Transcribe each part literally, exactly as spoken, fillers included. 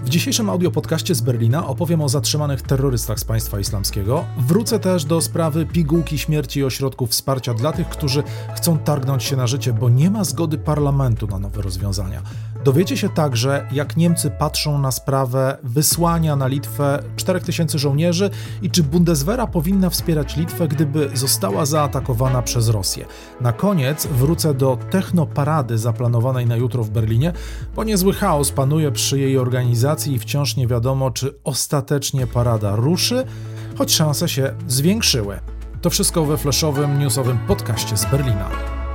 W dzisiejszym audiopodcaście z Berlina opowiem o zatrzymanych terrorystach z państwa islamskiego. Wrócę też do sprawy pigułki śmierci i ośrodków wsparcia dla tych, którzy chcą targnąć się na życie, bo nie ma zgody parlamentu na nowe rozwiązania. Dowiecie się także, jak Niemcy patrzą na sprawę wysłania na Litwę czterech tysięcy żołnierzy i czy Bundeswehra powinna wspierać Litwę, gdyby została zaatakowana przez Rosję. Na koniec wrócę do technoparady zaplanowanej na jutro w Berlinie, bo niezły chaos panuje przy jej organizacji i wciąż nie wiadomo, czy ostatecznie parada ruszy, choć szanse się zwiększyły. To wszystko we flashowym, newsowym podcaście z Berlina.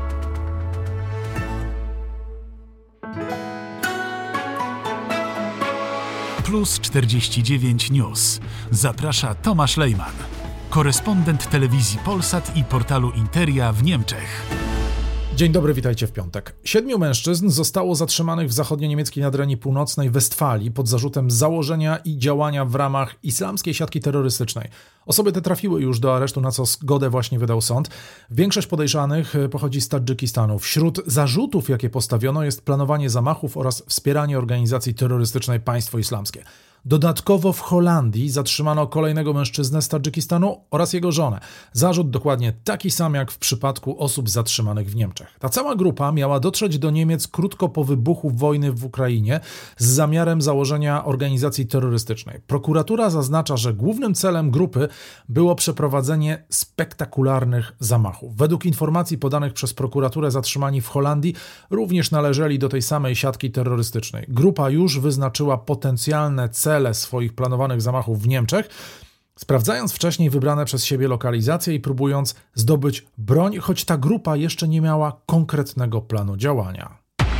Plus czterdzieści dziewięć News. Zaprasza Tomasz Lejman, korespondent telewizji Polsat i portalu Interia w Niemczech. Dzień dobry, witajcie w piątek. Siedmiu mężczyzn zostało zatrzymanych w zachodnio-niemieckiej nadrenii północnej Westfalii pod zarzutem założenia i działania w ramach islamskiej siatki terrorystycznej. Osoby te trafiły już do aresztu, na co zgodę właśnie wydał sąd. Większość podejrzanych pochodzi z Tadżykistanu. Wśród zarzutów, jakie postawiono, jest planowanie zamachów oraz wspieranie organizacji terrorystycznej Państwo Islamskie. Dodatkowo w Holandii zatrzymano kolejnego mężczyznę z Tadżykistanu oraz jego żonę. Zarzut dokładnie taki sam jak w przypadku osób zatrzymanych w Niemczech. Ta cała grupa miała dotrzeć do Niemiec krótko po wybuchu wojny w Ukrainie z zamiarem założenia organizacji terrorystycznej. Prokuratura zaznacza, że głównym celem grupy było przeprowadzenie spektakularnych zamachów. Według informacji podanych przez prokuraturę zatrzymani w Holandii również należeli do tej samej siatki terrorystycznej. Grupa już wyznaczyła potencjalne cele swoich planowanych zamachów w Niemczech, sprawdzając wcześniej wybrane przez siebie lokalizacje i próbując zdobyć broń, choć ta grupa jeszcze nie miała konkretnego planu działania.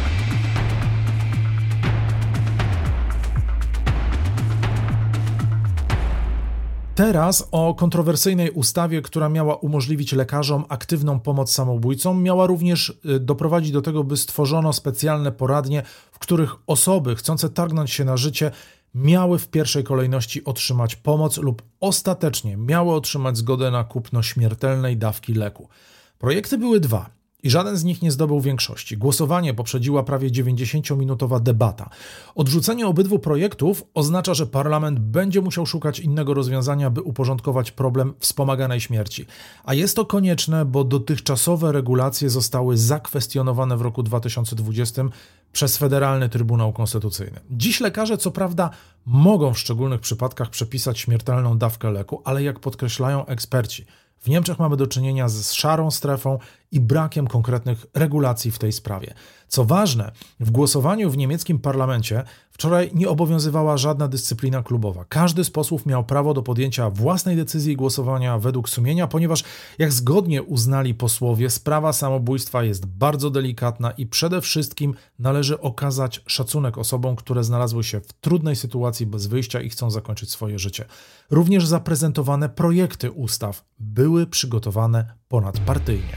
Teraz o kontrowersyjnej ustawie, która miała umożliwić lekarzom aktywną pomoc samobójcom, miała również doprowadzić do tego, by stworzono specjalne poradnie, w których osoby chcące targnąć się na życie miały w pierwszej kolejności otrzymać pomoc lub ostatecznie miały otrzymać zgodę na kupno śmiertelnej dawki leku. Projekty były dwa i żaden z nich nie zdobył większości. Głosowanie poprzedziła prawie dziewięćdziesięciominutowa debata. Odrzucenie obydwu projektów oznacza, że parlament będzie musiał szukać innego rozwiązania, by uporządkować problem wspomaganej śmierci. A jest to konieczne, bo dotychczasowe regulacje zostały zakwestionowane w roku dwa tysiące dwudziestym przez Federalny Trybunał Konstytucyjny. Dziś lekarze co prawda mogą w szczególnych przypadkach przepisać śmiertelną dawkę leku, ale jak podkreślają eksperci, w Niemczech mamy do czynienia z szarą strefą i brakiem konkretnych regulacji w tej sprawie. Co ważne, w głosowaniu w niemieckim parlamencie wczoraj nie obowiązywała żadna dyscyplina klubowa. Każdy z posłów miał prawo do podjęcia własnej decyzji i głosowania według sumienia, ponieważ, jak zgodnie uznali posłowie, sprawa samobójstwa jest bardzo delikatna i przede wszystkim należy okazać szacunek osobom, które znalazły się w trudnej sytuacji bez wyjścia i chcą zakończyć swoje życie. Również zaprezentowane projekty ustaw były przygotowane ponadpartyjnie.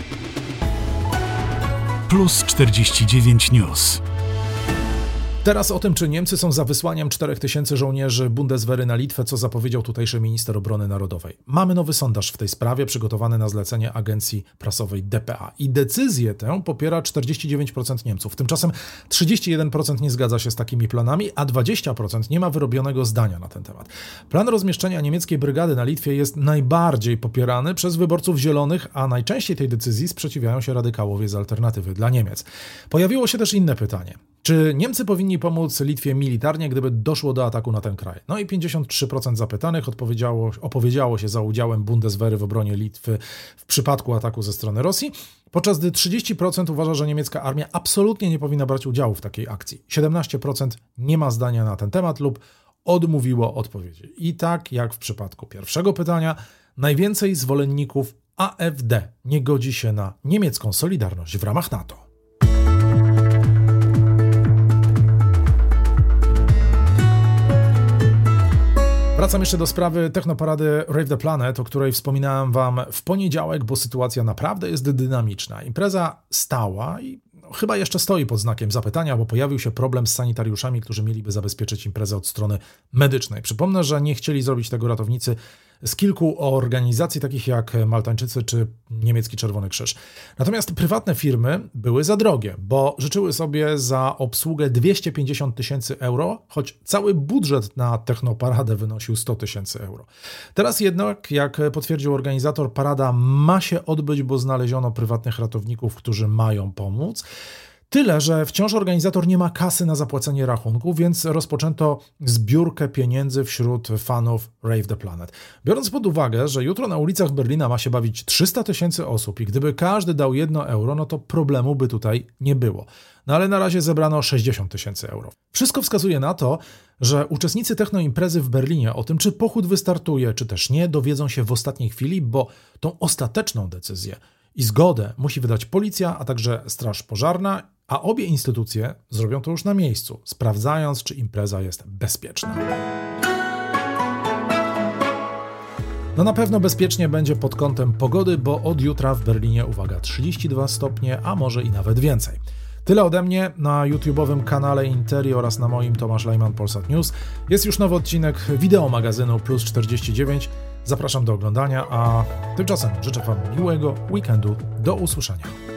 Plus czterdzieści dziewięć News. Teraz o tym, czy Niemcy są za wysłaniem czterech tysięcy żołnierzy Bundeswehry na Litwę, co zapowiedział tutejszy minister obrony narodowej. Mamy nowy sondaż w tej sprawie, przygotowany na zlecenie agencji prasowej D P A. I decyzję tę popiera czterdzieści dziewięć procent Niemców. Tymczasem trzydzieści jeden procent nie zgadza się z takimi planami, a dwadzieścia procent nie ma wyrobionego zdania na ten temat. Plan rozmieszczenia niemieckiej brygady na Litwie jest najbardziej popierany przez wyborców zielonych, a najczęściej tej decyzji sprzeciwiają się radykałowie z Alternatywy dla Niemiec. Pojawiło się też inne pytanie. Czy Niemcy powinni pomóc Litwie militarnie, gdyby doszło do ataku na ten kraj? No i pięćdziesiąt trzy procent zapytanych odpowiedziało, opowiedziało się za udziałem Bundeswehry w obronie Litwy w przypadku ataku ze strony Rosji, podczas gdy trzydzieści procent uważa, że niemiecka armia absolutnie nie powinna brać udziału w takiej akcji. siedemnaście procent nie ma zdania na ten temat lub odmówiło odpowiedzi. I tak jak w przypadku pierwszego pytania, najwięcej zwolenników A F D nie godzi się na niemiecką solidarność w ramach NATO. Wracam jeszcze do sprawy technoparady Rave the Planet, o której wspominałem wam w poniedziałek, bo sytuacja naprawdę jest dynamiczna. Impreza stała i chyba jeszcze stoi pod znakiem zapytania, bo pojawił się problem z sanitariuszami, którzy mieliby zabezpieczyć imprezę od strony medycznej. Przypomnę, że nie chcieli zrobić tego ratownicy z kilku organizacji takich jak Maltańczycy czy niemiecki Czerwony Krzyż. Natomiast prywatne firmy były za drogie, bo życzyły sobie za obsługę dwieście pięćdziesiąt tysięcy euro, choć cały budżet na technoparadę wynosił sto tysięcy euro. Teraz jednak, jak potwierdził organizator, parada ma się odbyć, bo znaleziono prywatnych ratowników, którzy mają pomóc. Tyle, że wciąż organizator nie ma kasy na zapłacenie rachunku, więc rozpoczęto zbiórkę pieniędzy wśród fanów Rave the Planet. Biorąc pod uwagę, że jutro na ulicach Berlina ma się bawić trzysta tysięcy osób i gdyby każdy dał jedno euro, no to problemu by tutaj nie było. No ale na razie zebrano sześćdziesiąt tysięcy euro. Wszystko wskazuje na to, że uczestnicy technoimprezy w Berlinie o tym, czy pochód wystartuje, czy też nie, dowiedzą się w ostatniej chwili, bo tą ostateczną decyzję i zgodę musi wydać policja, a także straż pożarna, a obie instytucje zrobią to już na miejscu, sprawdzając, czy impreza jest bezpieczna. No na pewno bezpiecznie będzie pod kątem pogody, bo od jutra w Berlinie, uwaga, trzydzieści dwa stopnie, a może i nawet więcej. Tyle ode mnie na YouTube'owym kanale Interi oraz na moim Tomasz Lejman Polsat News. Jest już nowy odcinek wideo magazynu Plus czterdzieści dziewięć. Zapraszam do oglądania, a tymczasem życzę Wam miłego weekendu. Do usłyszenia.